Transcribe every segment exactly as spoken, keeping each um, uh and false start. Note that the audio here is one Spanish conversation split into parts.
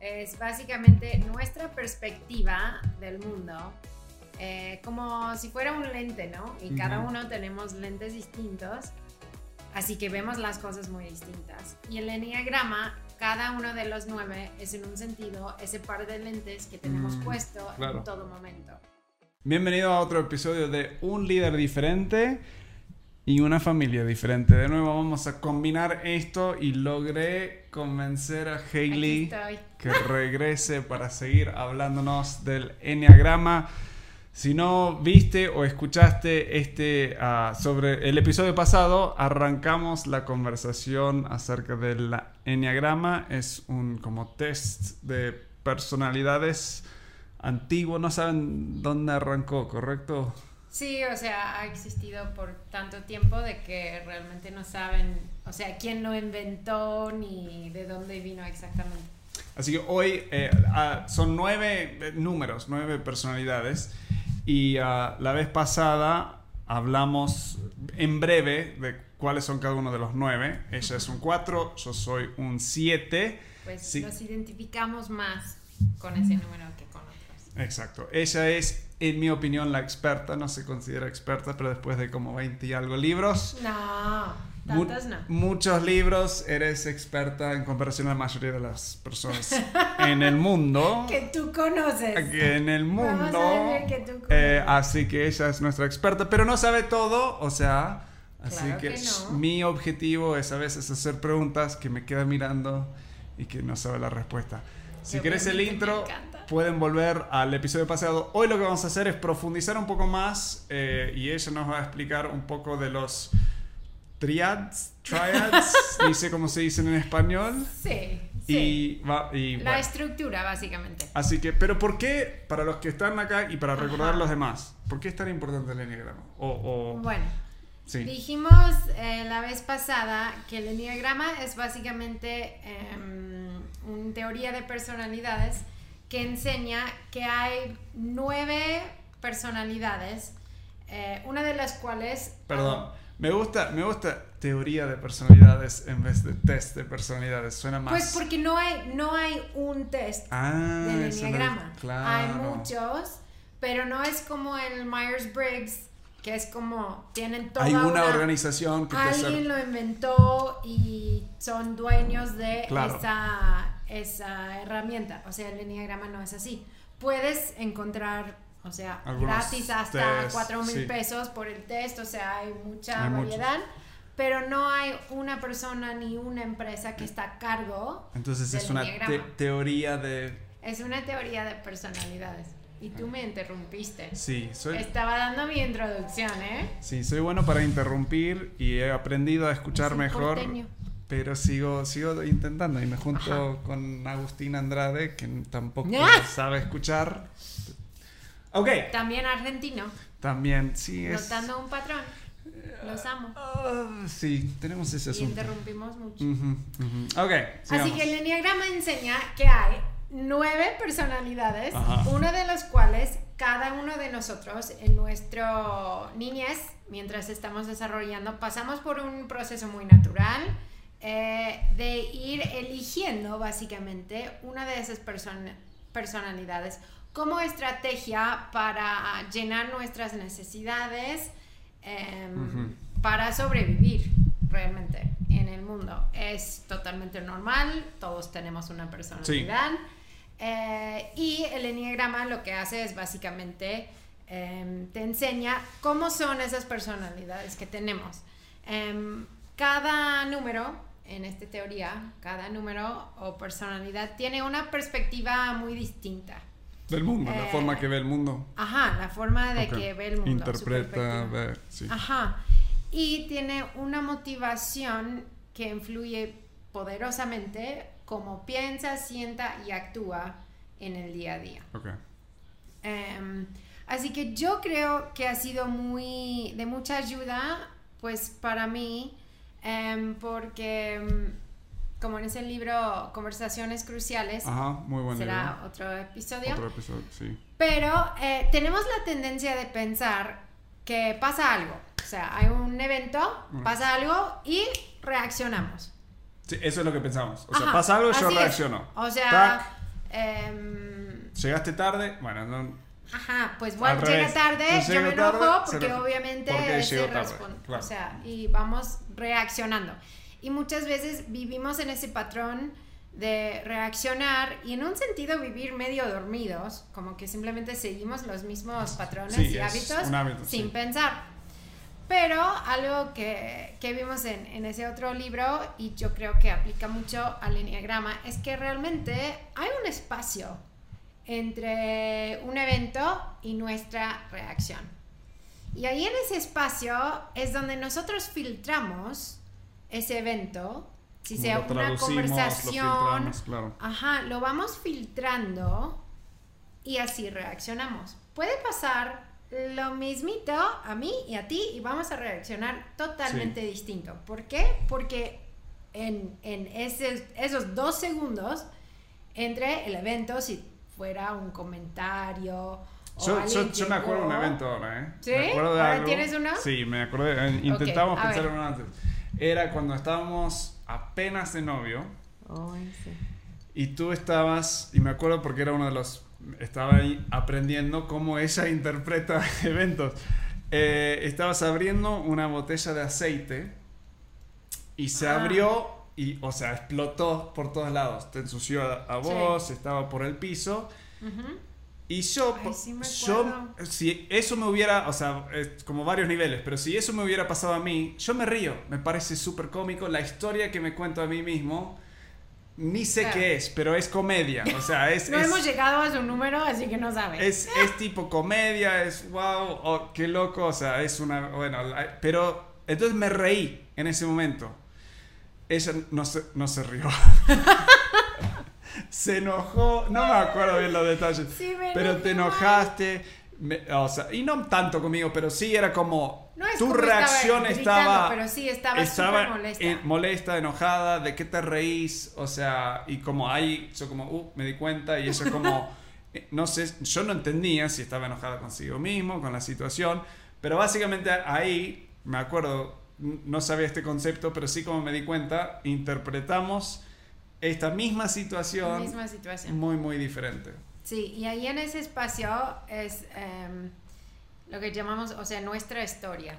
es básicamente nuestra perspectiva del mundo, eh, como si fuera un lente, ¿no? Y uh-huh. cada uno tenemos lentes distintos, así que vemos las cosas muy distintas. Y el enneagrama, cada uno de los nueve es en un sentido ese par de lentes que tenemos mm, puesto claro. en todo momento. Bienvenido a otro episodio de Un Líder Diferente y una familia diferente. De nuevo vamos a combinar esto y logré convencer a Hailey que regrese para seguir hablándonos del enneagrama. Si no viste o escuchaste este uh, sobre el episodio pasado, arrancamos la conversación acerca del enneagrama. Es un como test de personalidades antiguo. No saben dónde arrancó, ¿correcto? Sí, o sea, ha existido por tanto tiempo de que realmente no saben, o sea, quién lo inventó ni de dónde vino exactamente. Así que hoy eh, uh, son nueve eh, números, nueve personalidades. Y uh, la vez pasada hablamos en breve de cuáles son cada uno de los nueve. Ella es un cuatro, yo soy un siete. Pues sí. Nos identificamos más con ese número que con otros. Exacto. Ella es, en mi opinión, la experta. No se considera experta, pero después de como veinte y algo libros. No, tantos no. Muchos libros, eres experta en comparación a la mayoría de las personas en el mundo. Que tú conoces. Que en el mundo. Vamos a ver que tú conoces. Eh, así que ella es nuestra experta, pero no sabe todo, o sea, así claro que, que no. Mi objetivo es a veces hacer preguntas que me queda mirando y que no sabe la respuesta. Si querés el intro, pueden volver al episodio pasado. Hoy lo que vamos a hacer es profundizar un poco más eh, y ella nos va a explicar un poco de los triads, triads, no sé cómo se dicen en español. Sí, y, sí. Va, y, la bueno. estructura, básicamente. Así que, pero ¿por qué, para los que están acá y para recordar Ajá. a los demás, por qué es tan importante el enneagrama? O, o, bueno, sí. dijimos eh, la vez pasada que el enneagrama es básicamente eh, una teoría de personalidades que enseña que hay nueve personalidades, eh, una de las cuales... Perdón. Me gusta, me gusta teoría de personalidades en vez de test de personalidades. Suena más... Pues porque no hay, no hay un test ah, del enneagrama. No, claro. Hay muchos, pero no es como el Myers-Briggs, que es como tienen toda hay una, una organización que alguien te lo inventó y son dueños de claro. esa, esa herramienta. O sea, el enneagrama no es así. Puedes encontrar... O sea, algunos gratis hasta test, cuatro mil sí. pesos por el test, o sea, hay mucha hay variedad, muchos. Pero no hay una persona ni una empresa que está a cargo. Entonces del es una te teoría de... Es una teoría de personalidades. Y tú me interrumpiste. Sí, soy... Estaba dando mi introducción, ¿eh? Sí, soy bueno para interrumpir y he aprendido a escuchar es mejor. Porteño. Pero sigo, sigo intentando y me junto Ajá. con Agustín Andrade, que tampoco ¡Ah! sabe escuchar. Okay. También argentino. También, sí es... Notando un patrón. Los amo. Uh, sí, tenemos ese y asunto. interrumpimos mucho. Uh-huh, uh-huh. Ok, sigamos. Así que el enneagrama enseña que hay nueve personalidades, Ajá. una de las cuales cada uno de nosotros en nuestra niñez, mientras estamos desarrollando, pasamos por un proceso muy natural eh, de ir eligiendo básicamente una de esas person- personalidades como estrategia para llenar nuestras necesidades eh, uh-huh. para sobrevivir realmente en el mundo. Es totalmente normal, todos tenemos una personalidad. Sí. Eh, y el enneagrama lo que hace es básicamente eh, te enseña cómo son esas personalidades que tenemos. Eh, cada número, en esta teoría, cada número o personalidad tiene una perspectiva muy distinta. Del mundo, eh, la forma que ve el mundo. Ajá, la forma de okay. que ve el mundo. Interpreta, ve, sí. Ajá. Y tiene una motivación que influye poderosamente cómo piensa, sienta y actúa en el día a día. Okay. Um, así que yo creo que ha sido muy de mucha ayuda, pues para mí, um, porque... Um, como en ese libro Conversaciones Cruciales. Ajá, muy buen será libro. otro episodio. Otro episodio, sí. Pero eh, tenemos la tendencia de pensar que pasa algo. O sea, hay un evento, pasa algo y reaccionamos. Sí, eso es lo que pensamos. O sea, Ajá, pasa algo y yo es. reacciono. O sea, Tac. Eh, Llegaste tarde, bueno, no... Ajá, pues bueno, llega tarde, pues yo me enojo tarde, porque lo, obviamente porque se responde, claro. O sea, y vamos reaccionando. Y muchas veces vivimos en ese patrón de reaccionar y en un sentido vivir medio dormidos, como que simplemente seguimos los mismos patrones sí, y hábitos hábito, sin sí. pensar. Pero algo que, que vimos en, en ese otro libro, y yo creo que aplica mucho al enneagrama, es que realmente hay un espacio entre un evento y nuestra reacción. Y ahí en ese espacio es donde nosotros filtramos ese evento, si sea una conversación, lo claro. Ajá, lo vamos filtrando y así reaccionamos. Puede pasar lo mismito a mí y a ti y vamos a reaccionar totalmente sí. distinto. ¿Por qué? Porque en, en ese, esos dos segundos entre el evento, si fuera un comentario o yo, alguien yo, yo me acuerdo de un evento ahora, ¿eh? ¿Sí? Me acuerdo de ¿Ahora algo. tienes uno? Sí, me acordé. Intentamos okay, pensar en uno antes. Era cuando estábamos apenas de novio. Oh, sí. Y tú estabas, y me acuerdo porque era uno de los, estaba ahí aprendiendo cómo ella interpreta eventos. Eh, estabas abriendo una botella de aceite y se ah. abrió y, o sea, explotó por todos lados. Te ensució a, a vos, sí. estaba por el piso. Uh-huh. Y yo, Ay, sí me yo, si eso me hubiera, o sea, es como varios niveles, pero si eso me hubiera pasado a mí, yo me río, me parece súper cómico. La historia que me cuento a mí mismo, ni sé claro. qué es, pero es comedia, o sea, es... no es, hemos llegado a su número, así que no sabes. Es, es tipo comedia, es wow, oh, qué loco, o sea, es una, bueno, pero entonces me reí en ese momento. Ella no se, no se rió. Se enojó, no me acuerdo bien los detalles, sí, pero te enojaste, me, o sea, y no tanto conmigo, pero sí era como no es tu como reacción estaba, estaba, pero sí estaba, estaba molesta. En, molesta, enojada, de qué te reís, o sea, y como ahí yo como, uh, me di cuenta y ella como, no sé, yo no entendía si estaba enojada consigo mismo, con la situación, pero básicamente ahí, me acuerdo, no sabía este concepto, pero sí como me di cuenta, interpretamos esta misma situación, misma situación muy muy diferente. Sí, y ahí en ese espacio es um, lo que llamamos, o sea, nuestra historia.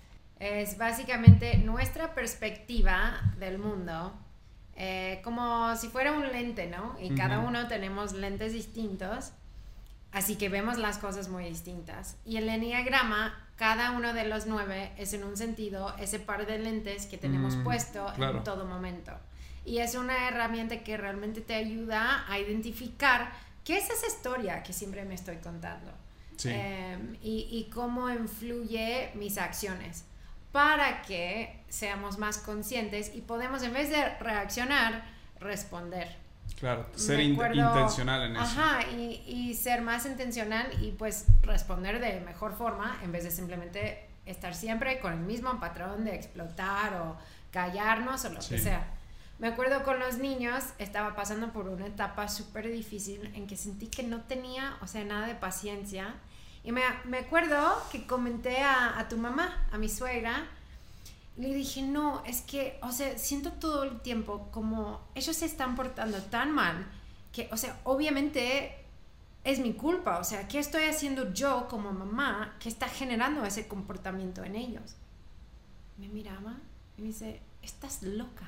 Es básicamente nuestra perspectiva del mundo, eh, como si fuera un lente, ¿no? Y uh-huh. cada uno tenemos lentes distintos, así que vemos las cosas muy distintas. Y el enneagrama, cada uno de los nueve es en un sentido ese par de lentes que tenemos mm, puesto claro. en todo momento. Y es una herramienta que realmente te ayuda a identificar qué es esa historia que siempre me estoy contando. Sí. Eh, y, y cómo influye mis acciones para que seamos más conscientes y podemos, en vez de reaccionar, responder. Claro, ser in- intencional en eso. Ajá, y, y ser más intencional y pues responder de mejor forma en vez de simplemente estar siempre con el mismo patrón de explotar o callarnos o lo sí. que sea. Me acuerdo con los niños, estaba pasando por una etapa súper difícil en que sentí que no tenía, o sea, nada de paciencia. Y me, me acuerdo que comenté a, a tu mamá, a mi suegra, y le dije, no, es que, o sea, siento todo el tiempo como ellos se están portando tan mal que, o sea, obviamente es mi culpa. O sea, ¿qué estoy haciendo yo como mamá que está generando ese comportamiento en ellos? Me miraba y me dice, estás loca.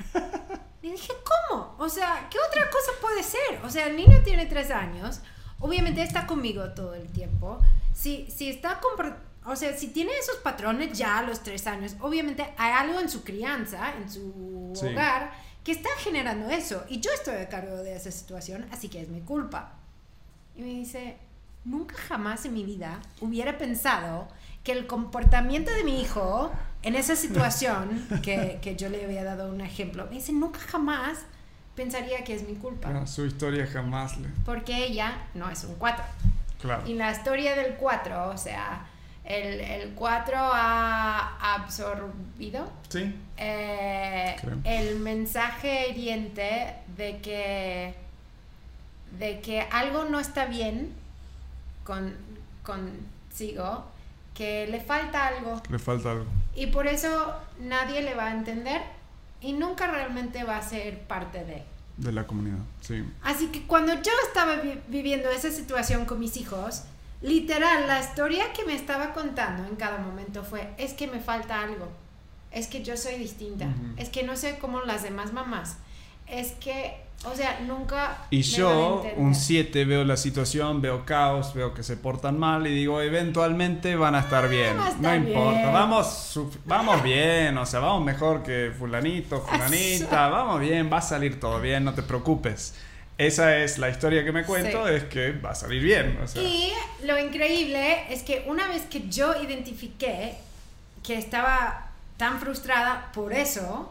Le dije, ¿cómo? O sea, ¿qué otra cosa puede ser? O sea, el niño tiene tres años, obviamente está conmigo todo el tiempo. Si, si está comport- o sea, si tiene esos patrones ya a los tres años, obviamente hay algo en su crianza, en su sí. hogar, que está generando eso. Y yo estoy a cargo de esa situación, así que es mi culpa. Y me dice, nunca jamás en mi vida hubiera pensado que el comportamiento de mi hijo en esa situación, que, que yo le había dado un ejemplo, me dice, nunca jamás pensaría que es mi culpa. No, su historia jamás le... Porque ella no es un cuatro. Claro. Y la historia del cuatro, o sea, el, el cuatro ha absorbido sí. eh, el mensaje hiriente de que, de que algo no está bien con, consigo, que le falta algo. Le falta algo. Y por eso nadie le va a entender y nunca realmente va a ser parte de. De la comunidad, sí. Así que cuando yo estaba vi viviendo esa situación con mis hijos, literal, la historia que me estaba contando en cada momento fue, es que me falta algo, es que yo soy distinta, uh-huh. es que no soy como las demás mamás, es que, o sea, nunca... Y yo, un siete, veo la situación, veo caos, veo que se portan mal y digo, eventualmente van a estar bien, a estar no bien. importa, vamos, vamos bien, o sea, vamos mejor que fulanito, fulanita, vamos bien, va a salir todo bien, no te preocupes. Esa es la historia que me cuento, sí. es que va a salir bien. O sea. Y lo increíble es que una vez que yo identifiqué que estaba tan frustrada por eso,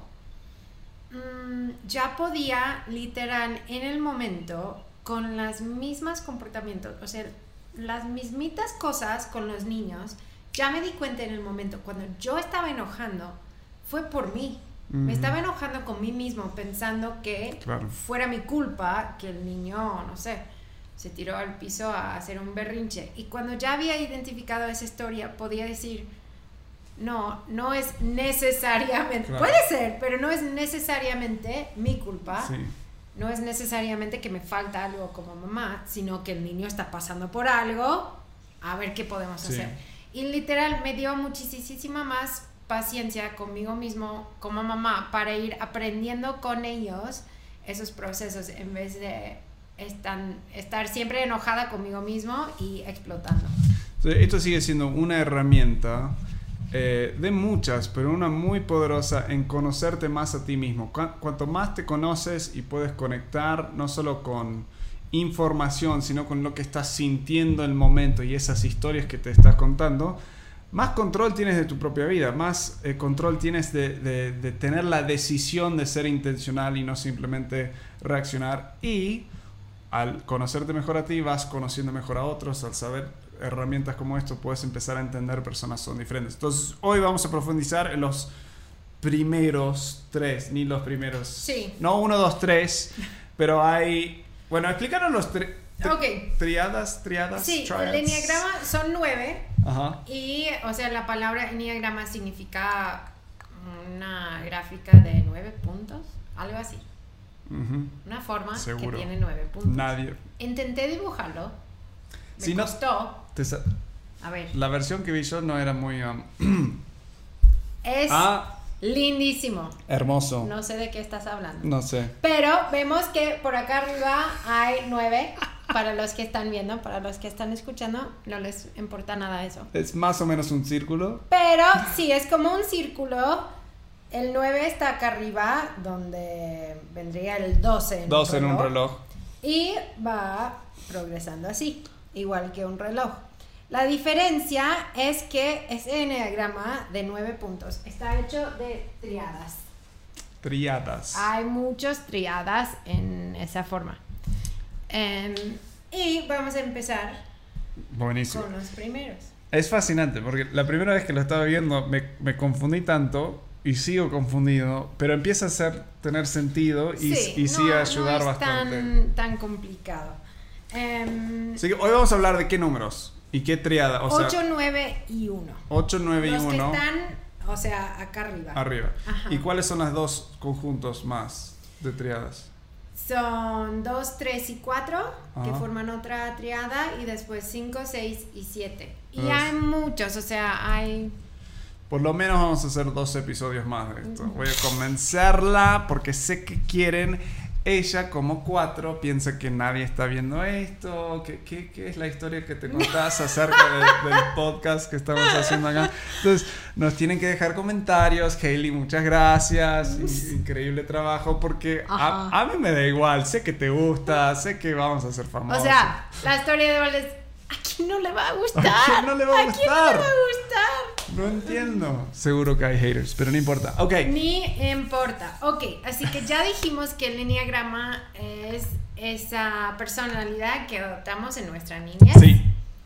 mmm, ya podía literal en el momento con las mismas comportamientos, o sea, las mismitas cosas con los niños, ya me di cuenta en el momento cuando yo estaba enojando, fue por mí. Uh-huh. Me estaba enojando con mí mismo pensando que claro. fuera mi culpa que el niño, no sé, se tiró al piso a hacer un berrinche. Y cuando ya había identificado esa historia, podía decir, no, no es necesariamente, claro. puede ser, pero no es necesariamente mi culpa. Sí. No es necesariamente que me falta algo como mamá, sino que el niño está pasando por algo, a ver qué podemos sí. hacer. Y literal me dio muchísima más paciencia conmigo mismo como mamá para ir aprendiendo con ellos esos procesos en vez de estar, estar siempre enojada conmigo mismo y explotando. Entonces, esto sigue siendo una herramienta eh, de muchas, pero una muy poderosa en conocerte más a ti mismo. Cu cuanto más te conoces y puedes conectar no solo con información, sino con lo que estás sintiendo en el momento y esas historias que te estás contando, más control tienes de tu propia vida, más eh, control tienes de, de, de tener la decisión de ser intencional y no simplemente reaccionar. Y al conocerte mejor a ti, vas conociendo mejor a otros. Al saber herramientas como esto, puedes empezar a entender personas son diferentes. Entonces, hoy vamos a profundizar en los primeros tres, ni los primeros... Sí. No uno, dos, tres, pero hay... Bueno, explícanos los tres... Tri okay. Triadas, triadas, sí, triads. el enneagrama son nueve. Ajá. Y, o sea, la palabra enneagrama significa una gráfica de nueve puntos, algo así. Uh-huh. Una forma Seguro. que tiene nueve puntos. Nadie. Intenté dibujarlo. Me si costó. No, a ver. La versión que vi yo no era muy... Um, es ah, lindísimo. Hermoso. No sé de qué estás hablando. No sé. Pero vemos que por acá arriba hay nueve. Para los que están viendo, para los que están escuchando, no les importa nada eso. Es más o menos un círculo. Pero sí, es como un círculo. El nueve está acá arriba, donde vendría el doce en, doce un, reloj. en un reloj. Y va progresando así, igual que un reloj. La diferencia es que ese enneagrama de nueve puntos está hecho de triadas. Triadas. Hay muchas triadas en esa forma. Um, y vamos a empezar Buenísimo. con los primeros. Es fascinante porque la primera vez que lo estaba viendo me, me confundí tanto y sigo confundido, pero empieza a ser, tener sentido y, sí, y no, sigue a ayudar no es bastante. Tan, tan complicado. Um, Así que hoy vamos a hablar de qué números y qué triada. O ocho, sea, nueve y uno. ocho, nueve y uno. Los que están, o sea, acá arriba. Arriba. Ajá. ¿Y cuáles son los dos conjuntos más de triadas? Son dos, tres y cuatro, que forman otra triada, y después cinco, seis y siete. Y pues, hay muchos, o sea, hay... Por lo menos vamos a hacer dos episodios más de esto. Voy a convencerla porque sé que quieren. Ella, como cuatro, piensa que nadie está viendo esto. ¿Qué, qué, qué es la historia que te contás acerca de, del podcast que estamos haciendo acá? Entonces, nos tienen que dejar comentarios. Hailey, muchas gracias. Y, increíble trabajo. Porque a, a mí me da igual. Sé que te gusta. Sé que vamos a ser famosos. O sea, la historia de Val es... ¿A quién no le va a gustar? ¿A quién no le va a, ¿A gustar? quién no le va a gustar? No entiendo. Seguro que hay haters, pero no importa. Ok. Ni importa. Ok, así que ya dijimos que el enneagrama es esa personalidad que adoptamos en nuestra niñez. Sí.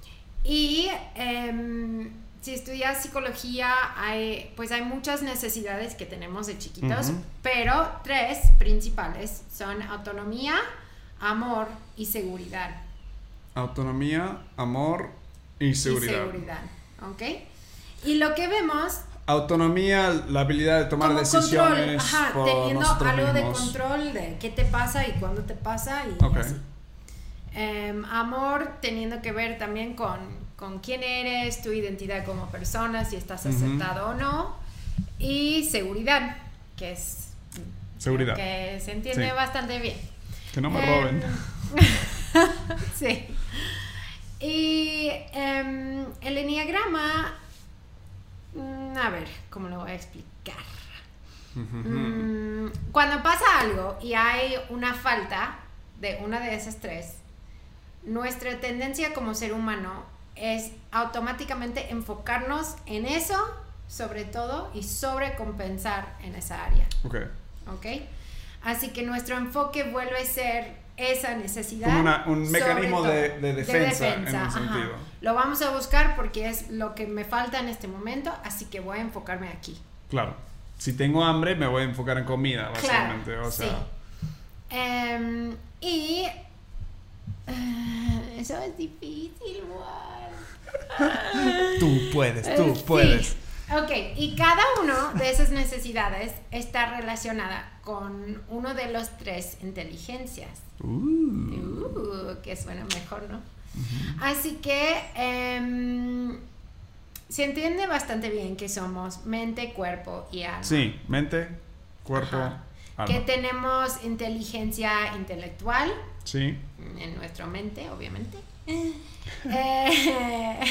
Y eh, si estudias psicología, hay, pues hay muchas necesidades que tenemos de chiquitos, uh-huh. pero tres principales son autonomía, amor y seguridad. Autonomía, amor y seguridad. Y seguridad, ¿ok? Y lo que vemos... autonomía, la habilidad de tomar como decisiones control, ajá, por teniendo nosotros algo mismos. de control de qué te pasa y cuándo te pasa y Okay. así. Um, amor teniendo que ver también con, con quién eres, tu identidad como persona, si estás aceptado uh-huh. o no. Y seguridad, que es seguridad. Que se entiende sí. bastante bien. Que no me roben. Um, sí. Y um, el enneagrama, a ver, ¿cómo lo voy a explicar? Uh-huh. Um, cuando pasa algo y hay una falta de una de esas tres, nuestra tendencia como ser humano es automáticamente enfocarnos en eso, sobre todo, y sobrecompensar en esa área. Okay. ¿Ok? Así que nuestro enfoque vuelve a ser esa necesidad. Como una, un mecanismo de, de, defensa, de defensa, en un sentido. Lo vamos a buscar porque es lo que me falta en este momento, así que voy a enfocarme aquí. Claro. Si tengo hambre, me voy a enfocar en comida, básicamente. Claro, o sea. Sí. Um, y uh, eso es difícil, Juan. Tú puedes, tú sí. puedes. Ok, y cada uno de esas necesidades está relacionada con uno de los tres inteligencias. Uh. Uh, que suena mejor, ¿no? Uh-huh. Así que um, se entiende bastante bien que somos mente, cuerpo y alma. Sí, mente, cuerpo, Ajá. alma. Que tenemos inteligencia intelectual. Sí. En nuestra mente, obviamente. eh,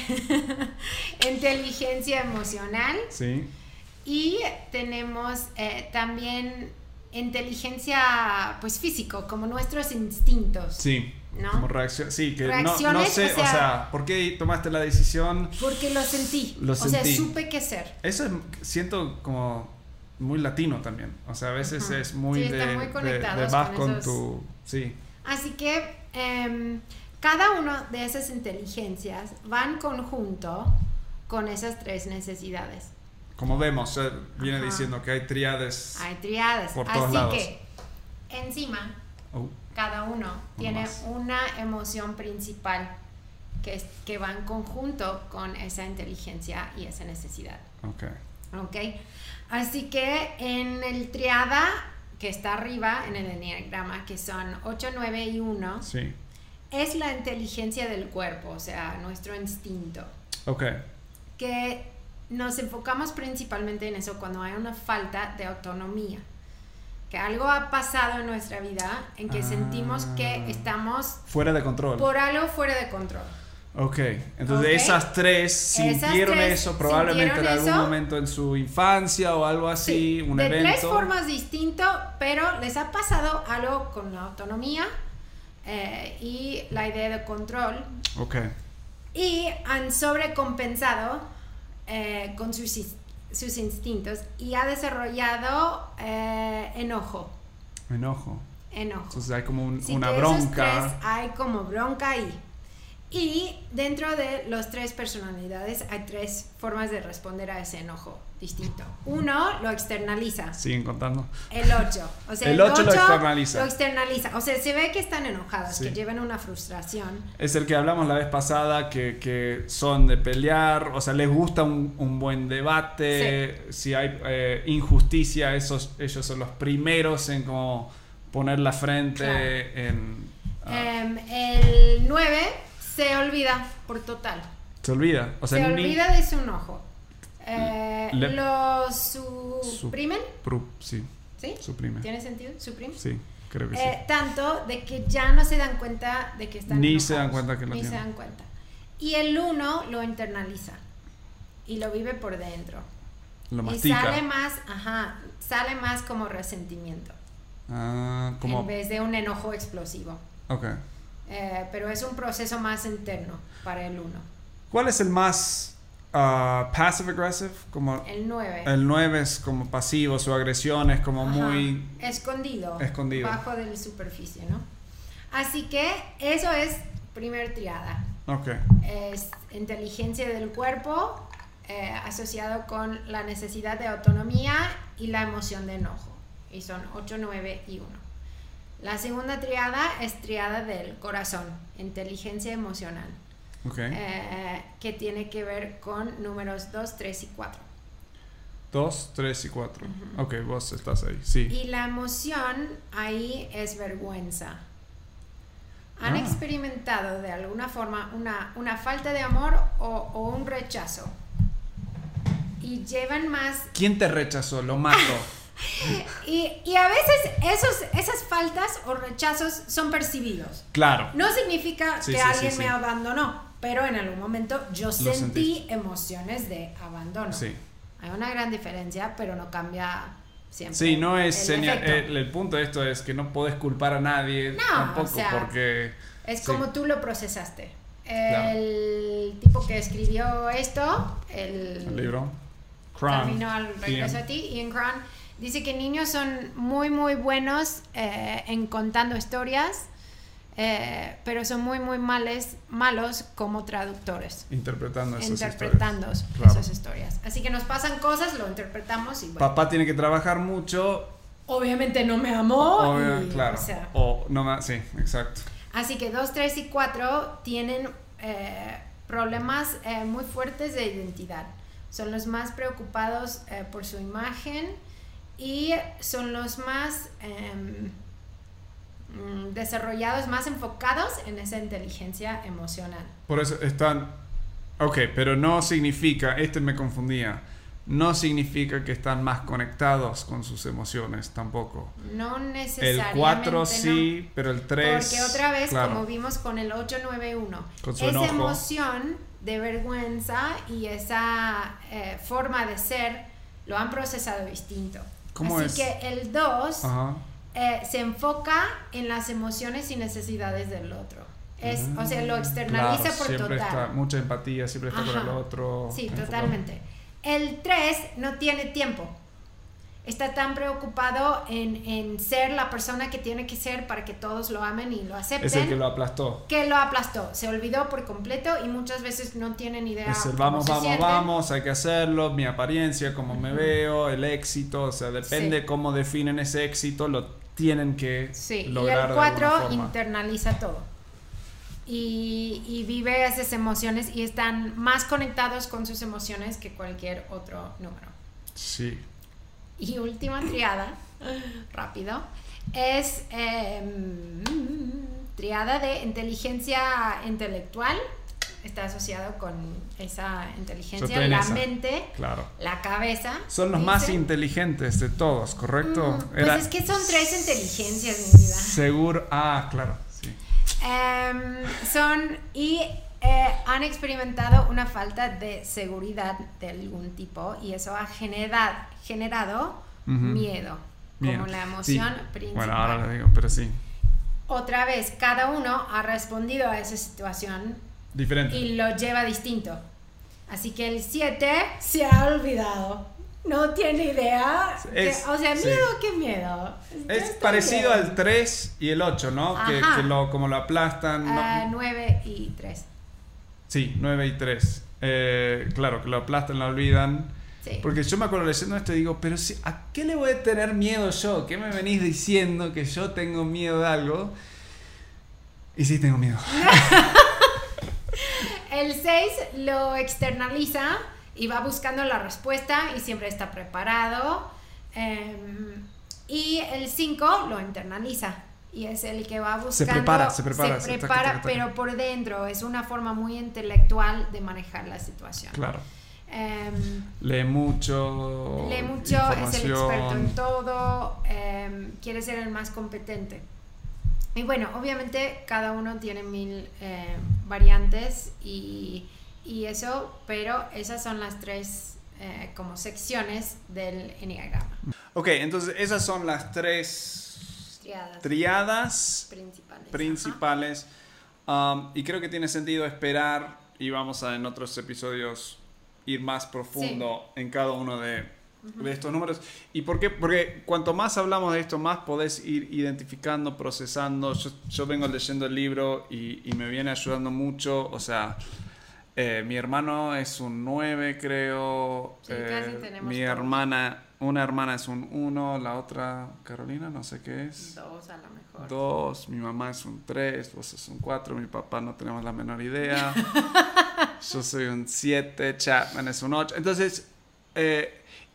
inteligencia emocional. Sí. Y tenemos eh, también inteligencia, pues físico, como nuestros instintos. Sí. ¿No? Como reacción, sí, que no, Reacciones, no sé, o sea, o sea, ¿por qué tomaste la decisión? Porque lo sentí. Lo o sentí. sea, supe qué hacer. Eso es, siento como muy latino también. O sea, a veces uh-huh. es muy sí, de, muy de, de vas con, esos... tu, sí. Así que eh, cada una de esas inteligencias va en conjunto con esas tres necesidades. Como vemos, eh, viene Ajá. diciendo que hay triades. Hay triades. Por todos Así lados. que encima oh. cada uno, uno tiene más. una emoción principal que, es, que va en conjunto con esa inteligencia y esa necesidad. Okay. Ok. Así que en el triada que está arriba en el enneagrama, que son ocho, nueve y uno, sí. es la inteligencia del cuerpo, o sea, nuestro instinto. Ok. Que nos enfocamos principalmente en eso cuando hay una falta de autonomía. Que algo ha pasado en nuestra vida en que ah, sentimos que estamos fuera de control. Por algo fuera de control. Ok, entonces okay. esas tres sintieron esas tres eso probablemente en algún eso. momento en su infancia o algo así, sí, un de evento. De tres formas distintas, pero les ha pasado algo con la autonomía eh, y la idea de control. Ok. Y han sobrecompensado eh, con sus, sus instintos y ha desarrollado eh, enojo. Enojo. Enojo. Entonces hay como un, sí, una que bronca. Esos tres hay como bronca ahí. Y dentro de las tres personalidades hay tres formas de responder a ese enojo distinto. Uno lo externaliza. Siguen contando. El ocho. O sea, el ocho lo externaliza. Lo externaliza. O sea, se ve que están enojados, sí. que llevan una frustración. Es el que hablamos la vez pasada, que, que son de pelear, o sea, les gusta un, un buen debate. Sí. Si hay eh, injusticia, esos, ellos son los primeros en como poner la frente claro. en... Uh, um, el nueve... se olvida por total. Se olvida. O sea, se ni... olvida de su enojo. Eh, Le... ¿Lo suprimen? Su... Sí. ¿Sí? Suprime. ¿Tiene sentido? ¿Suprime? Sí, creo que eh, sí. Tanto de que ya no se dan cuenta de que están Ni enojados. se dan cuenta que lo Ni tienen. se dan cuenta. Y el uno lo internaliza. Y lo vive por dentro. Lo mastica. Y sale más, ajá, sale más como resentimiento. Ah, como... En vez de un enojo explosivo. Ok. Eh, pero es un proceso más interno para el uno. ¿Cuál es el más uh, passive aggressive? Como el nueve. El nueve es como pasivo, su agresión es como Ajá. muy... Escondido. Escondido. Bajo de la superficie, ¿no? Así que eso es primer triada. Ok. Es inteligencia del cuerpo eh, asociado con la necesidad de autonomía y la emoción de enojo. Y son ocho, nueve y uno. La segunda triada es triada del corazón, inteligencia emocional, okay. eh, que tiene que ver con números dos, tres y cuatro. Dos, tres y cuatro. Uh-huh. Ok, vos estás ahí, sí. Y la emoción ahí es vergüenza. ¿Han ah. experimentado de alguna forma una, una falta de amor o, o un rechazo? Y llevan más... ¿Quién te rechazó? Lo mato. y, y a veces esos, esas faltas o rechazos son percibidos. Claro. No significa sí, que sí, alguien sí, me sí. abandonó, pero en algún momento yo Lo sentí sentiste. emociones de abandono. Sí. Hay una gran diferencia, pero no cambia siempre. Sí, no es... El, señal, el, el punto de esto es que no podés culpar a nadie no, tampoco, o sea, porque... Es sí. como tú lo procesaste. Claro. El tipo que escribió esto, el, el libro, Cron, Camino al regreso Ian. a ti, Ian Cron, dice que niños son muy muy buenos eh, en contando historias, eh, pero son muy muy males, malos como traductores. Interpretando esas Interpretando historias. esas Claro. historias. Así que nos pasan cosas, lo interpretamos y bueno. Papá tiene que trabajar mucho. Obviamente no me amó. Obvio, y, claro. O sea, o no me, sí, exacto. Así que dos, tres y cuatro tienen eh, problemas eh, muy fuertes de identidad. Son los más preocupados eh, por su imagen y son los más eh, desarrollados, más enfocados en esa inteligencia emocional. Por eso están... Ok, pero no significa, este me confundía, no significa que están más conectados con sus emociones tampoco. No necesariamente. El cuatro sí, no, pero el tres... Porque otra vez, claro, como vimos con el ocho nueve uno, esa enojo. emoción de vergüenza y esa eh, forma de ser lo han procesado distinto. ¿Cómo Así es? que el dos eh, se enfoca en las emociones y necesidades del otro. Es, ah, o sea, lo externaliza claro, por siempre total. Está, mucha empatía, siempre está Ajá. con el otro. Sí, enfocado. totalmente. El tres no tiene tiempo. Está tan preocupado en, en ser la persona que tiene que ser para que todos lo amen y lo acepten. Es el que lo aplastó. Que lo aplastó. Se olvidó por completo y muchas veces no tienen idea. Es el cómo vamos, se vamos, sienten. vamos, hay que hacerlo, mi apariencia, cómo me Uh-huh. veo, el éxito, o sea, depende Sí. cómo definen ese éxito, lo tienen que Sí, lograr y el cuatro de alguna forma. internaliza todo. Y, y vive esas emociones y están más conectados con sus emociones que cualquier otro número. Sí. Y última triada, rápido, es eh, triada de inteligencia intelectual. Está asociado con esa inteligencia, la esa. mente, Claro. la cabeza. Son los dice. más inteligentes de todos, ¿correcto? Mm, pues Era es que son tres inteligencias, mi vida. Seguro. Ah, claro. Sí. Um, son y eh, han experimentado una falta de seguridad de algún tipo y eso ha generado, generado Uh-huh. miedo, Bien. como la emoción Sí. principal. Bueno, ahora lo digo, pero sí. Otra vez, cada uno ha respondido a esa situación Diferente. y lo lleva distinto. Así que el siete se ha olvidado. No tiene idea. Es, que, o sea, sí. miedo, ¿qué miedo? Yo Es estoy parecido bien. al tres y el ocho, ¿no? Que, Ajá. que lo, como lo aplastan. Uh, no. nueve y tres. Sí, nueve y tres. Eh, claro, que lo aplastan, lo olvidan. Sí. Porque yo me acuerdo leyendo esto y digo, pero si, ¿a qué le voy a tener miedo yo? ¿Qué me venís diciendo que yo tengo miedo de algo? Y sí tengo miedo. El seis lo externaliza y va buscando la respuesta y siempre está preparado. Eh, y el cinco lo internaliza y es el que va buscando. Se prepara, se prepara. Se se prepara, taca, taca, taca. pero por dentro. Es una forma muy intelectual de manejar la situación. Claro. Eh, Lee mucho. lee mucho, es el experto en todo, eh, quiere ser el más competente. Y bueno, obviamente cada uno tiene mil eh, variantes y, y eso, pero esas son las tres eh, como secciones del enneagrama. Ok, entonces esas son las tres Triadas, triadas principales. principales. Um, y creo que tiene sentido esperar y vamos a en otros episodios ir más profundo sí. en cada uno de, uh-huh. de estos números. ¿Y por qué? Porque cuanto más hablamos de esto, más podés ir identificando, procesando. Yo, yo vengo leyendo el libro y, y me viene ayudando mucho. O sea, eh, mi hermano es un nueve, creo. Sí, eh, casi tenemos mi todos. hermana, una hermana es un uno, la otra, Carolina, no sé qué es. Dos a lo mejor. Dos, mi mamá es un tres, vos sos un cuatro, mi papá no tenemos la menor idea. Yo soy un siete, Chapman es un ocho. Entonces, eh,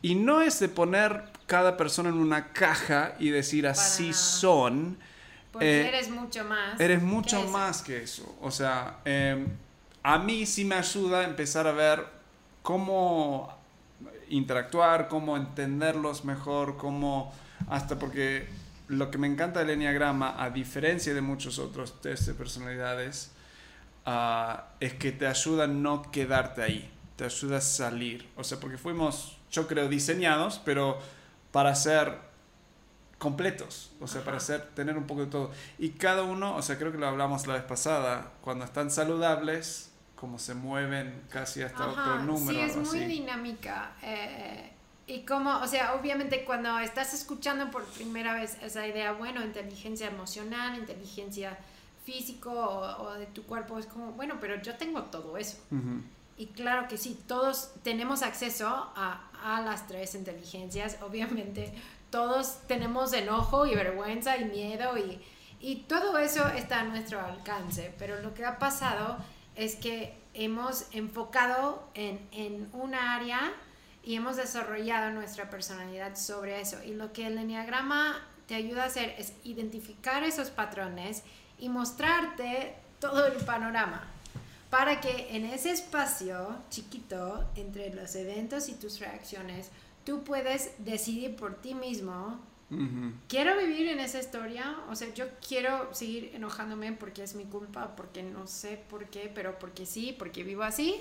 Y no es de poner cada persona en una caja y decir así son. Porque eh, eres mucho más. Eres mucho que más que eso. O sea, eh, a mí sí me ayuda a empezar a ver cómo interactuar, cómo entenderlos mejor, cómo hasta porque lo que me encanta del Enneagrama, a diferencia de muchos otros test de personalidades, uh, es que te ayuda a no quedarte ahí, te ayuda a salir. O sea, porque fuimos, yo creo, diseñados, pero para ser completos, o sea, Ajá. para ser, tener un poco de todo. Y cada uno, o sea, creo que lo hablamos la vez pasada, cuando están saludables, como se mueven casi hasta Ajá, otro número. Sí, es muy así. dinámica. Eh, y como, o sea, obviamente cuando estás escuchando por primera vez esa idea, bueno, inteligencia emocional, inteligencia físico o, o de tu cuerpo, es como, bueno, pero yo tengo todo eso. Uh-huh. Y claro que sí, todos tenemos acceso a, a las tres inteligencias, obviamente. Todos tenemos enojo y vergüenza y miedo y, y todo eso está a nuestro alcance, pero lo que ha pasado es que hemos enfocado en, en una área y hemos desarrollado nuestra personalidad sobre eso. Y lo que el Enneagrama te ayuda a hacer es identificar esos patrones y mostrarte todo el panorama para que en ese espacio chiquito entre los eventos y tus reacciones tú puedes decidir por ti mismo, uh-huh. ¿quiero vivir en esa historia? O sea, yo quiero seguir enojándome porque es mi culpa, porque no sé por qué, pero porque sí, porque vivo así.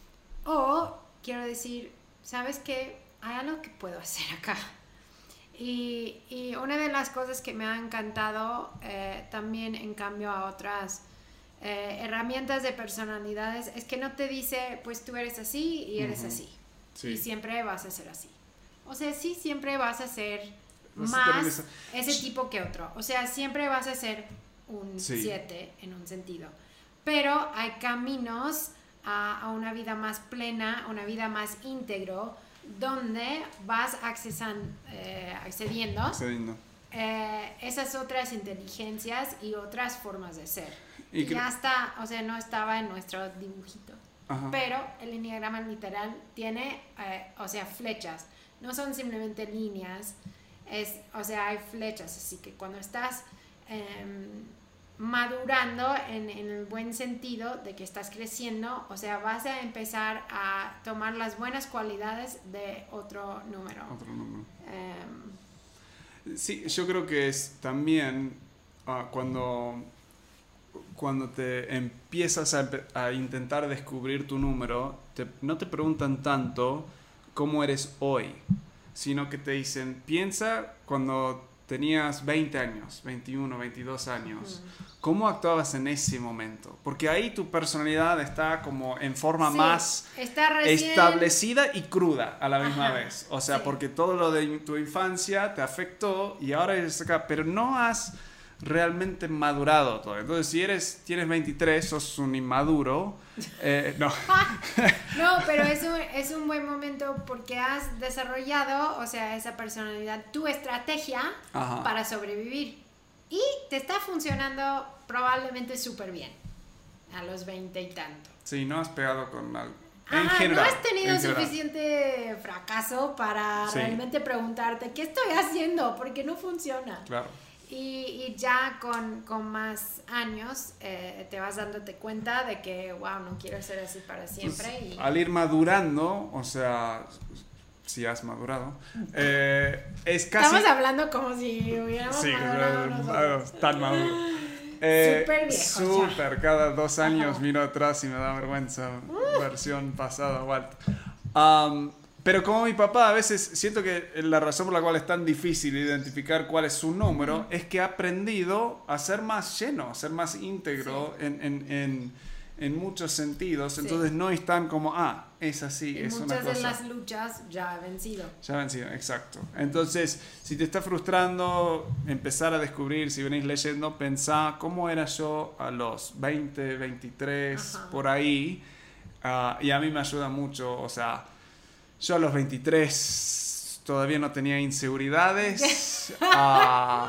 O quiero decir, ¿sabes qué? Hay algo que puedo hacer acá. Y, y una de las cosas que me ha encantado eh, también en cambio a otras eh, herramientas de personalidades es que no te dice, pues tú eres así y eres uh-huh. así. Sí. Y siempre vas a ser así. O sea, sí, siempre vas a ser vas más a ese tipo que otro. O sea, siempre vas a ser un siete sí. en un sentido. Pero hay caminos a, a una vida más plena, a una vida más íntegro, donde vas accesan, eh, accediendo, accediendo. Eh, esas otras inteligencias y otras formas de ser. Y, y que... ya está, o sea, no estaba en nuestro dibujito. Ajá. Pero el enneagrama literal tiene, eh, o sea, flechas. No son simplemente líneas, es, o sea, hay flechas. Así que cuando estás eh, madurando en, en el buen sentido de que estás creciendo, o sea, vas a empezar a tomar las buenas cualidades de otro número. Otro número. Um, sí, yo creo que es también uh, cuando... cuando te empiezas a, a intentar descubrir tu número, te, no te preguntan tanto cómo eres hoy, sino que te dicen, piensa cuando tenías veinte años, veintiuno, veintidós años, uh-huh. ¿cómo actuabas en ese momento? Porque ahí tu personalidad está como en forma sí, más recién... establecida y cruda a la misma Ajá, vez. O sea, sí. porque todo lo de tu infancia te afectó y ahora eres acá, pero no has... realmente madurado todo. Entonces, si eres tienes veintitrés, sos un inmaduro. Eh, no. no, pero es un, es un buen momento porque has desarrollado, o sea, esa personalidad, tu estrategia Ajá. para sobrevivir. Y te está funcionando probablemente súper bien a los veinte y tanto. Sí, no has pegado con algo. En Ajá, general, no has tenido suficiente fracaso para sí. realmente preguntarte, ¿qué estoy haciendo? Porque no funciona. Claro. Y, y ya con, con más años eh, te vas dándote cuenta de que, wow, no quiero ser así para siempre. Pues, y... al ir madurando, o sea, si has madurado, eh, es casi... Estamos hablando como si hubiéramos sí, madurado nosotros. Tan maduro. Eh, súper viejo. Súper, cada dos años Ajá. miro atrás y me da vergüenza. Uh. Versión pasada o alta. Um, Pero como mi papá, a veces siento que la razón por la cual es tan difícil identificar cuál es su número es que ha aprendido a ser más lleno, a ser más íntegro sí. en, en, en, en muchos sentidos. Sí. Entonces no es tan como, ah, es así, en es una cosa. Muchas de las luchas ya ha vencido. Ya ha vencido, exacto. Entonces, si te está frustrando empezar a descubrir, si venís leyendo, pensá cómo era yo a los veinte, veintitrés, Ajá. por ahí. Uh, y a mí me ayuda mucho, o sea... Yo a los veintitrés todavía no tenía inseguridades. uh,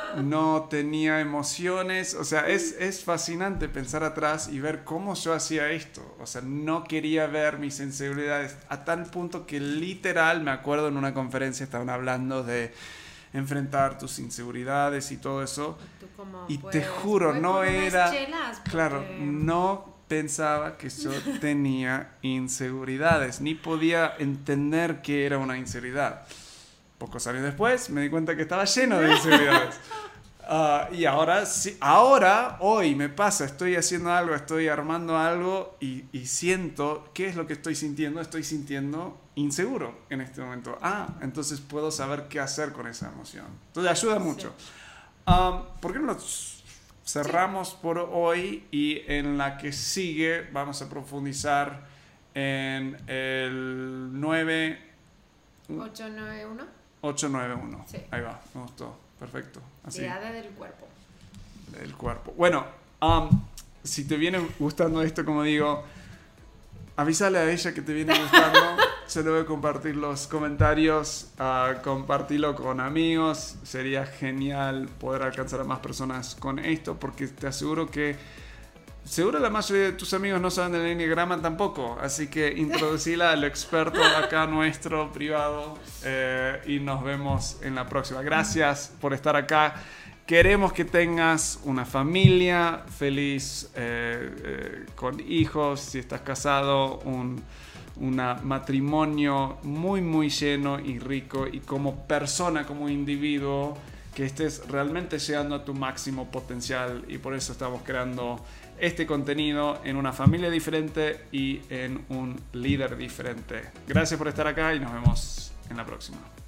no tenía emociones. O sea, es, es fascinante pensar atrás y ver cómo yo hacía esto. O sea, no quería ver mis inseguridades a tal punto que literal, me acuerdo en una conferencia estaban hablando de enfrentar tus inseguridades y todo eso. Y, y pues, te juro, no era... Chelas, porque... Claro, no pensaba que yo tenía inseguridades, ni podía entender que era una inseguridad. Pocos años después me di cuenta que estaba lleno de inseguridades. Uh, y ahora, sí, ahora, hoy me pasa, estoy haciendo algo, estoy armando algo y, y siento, ¿qué es lo que estoy sintiendo? Estoy sintiendo inseguro en este momento. Ah, entonces puedo saber qué hacer con esa emoción. Entonces ayuda mucho. Sí. Um, ¿Por qué no nos cerramos sí. por hoy y en la que sigue vamos a profundizar en el nueve... ocho nueve uno. ocho nueve uno. Sí. Ahí va, me gustó. Perfecto. Así. Triada del cuerpo. Del cuerpo. Bueno, um, si te viene gustando esto, como digo, avísale a ella que te viene gustando. Se lo voy a compartir los comentarios. Uh, compartirlo con amigos. Sería genial poder alcanzar a más personas con esto, porque te aseguro que seguro la mayoría de tus amigos no saben del enneagrama tampoco, así que introducila al experto acá nuestro privado eh, y nos vemos en la próxima. Gracias por estar acá. Queremos que tengas una familia feliz, eh, eh, con hijos, si estás casado, un una matrimonio muy muy lleno y rico, y como persona, como individuo, que estés realmente llegando a tu máximo potencial, y por eso estamos creando este contenido en una familia diferente y en un líder diferente. Gracias por estar acá y nos vemos en la próxima.